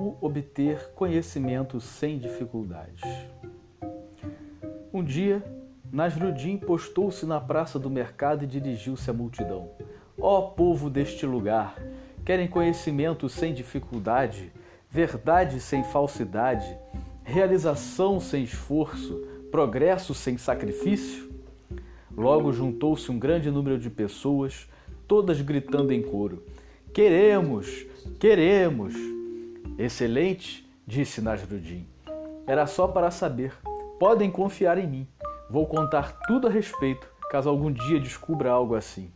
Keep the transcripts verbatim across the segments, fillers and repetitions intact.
Como obter conhecimento sem dificuldades. Um dia, Nasrudin postou-se na praça do mercado e dirigiu-se à multidão. Ó povo deste lugar, querem conhecimento sem dificuldade, verdade sem falsidade, realização sem esforço, progresso sem sacrifício? Logo juntou-se um grande número de pessoas, todas gritando em coro: Queremos! Queremos! Excelente, disse Nasrudin. Era só para saber. Podem confiar em mim. Vou contar tudo a respeito, caso algum dia descubra algo assim.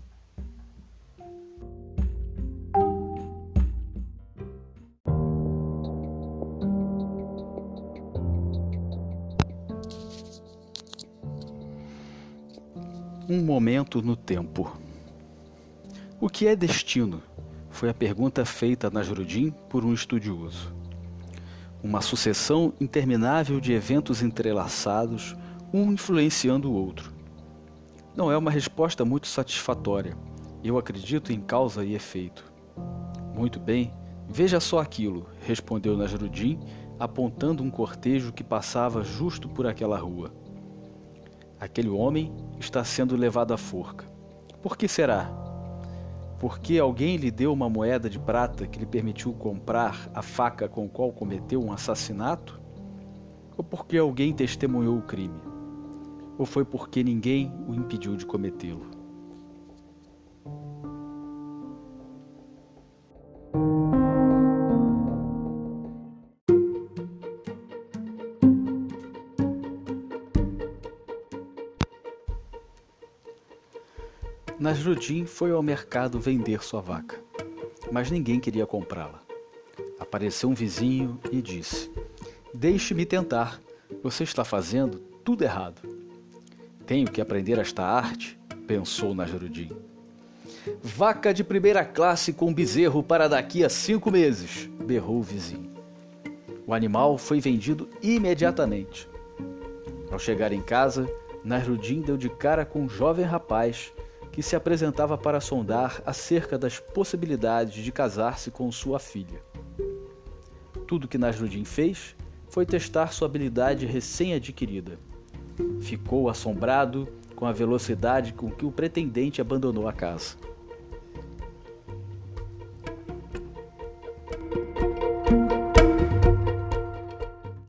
Um momento no tempo. O que é destino? Foi a pergunta feita a Nasrudin por um estudioso. Uma sucessão interminável de eventos entrelaçados, um influenciando o outro. Não é uma resposta muito satisfatória. Eu acredito em causa e efeito. Muito bem, veja só aquilo, respondeu Nasrudin, apontando um cortejo que passava justo por aquela rua. Aquele homem está sendo levado à forca. Por que será? Porque alguém lhe deu uma moeda de prata que lhe permitiu comprar a faca com a qual cometeu um assassinato? Ou porque alguém testemunhou o crime? Ou foi porque ninguém o impediu de cometê-lo? Nasrudin foi ao mercado vender sua vaca, mas ninguém queria comprá-la. Apareceu um vizinho e disse: Deixe-me tentar, você está fazendo tudo errado. Tenho que aprender esta arte, pensou Nasrudin. Vaca de primeira classe com bezerro para daqui a cinco meses, berrou o vizinho. O animal foi vendido imediatamente. Ao chegar em casa, Nasrudin deu de cara com um jovem rapaz que se apresentava para sondar acerca das possibilidades de casar-se com sua filha. Tudo que Nasrudin fez foi testar sua habilidade recém-adquirida. Ficou assombrado com a velocidade com que o pretendente abandonou a casa.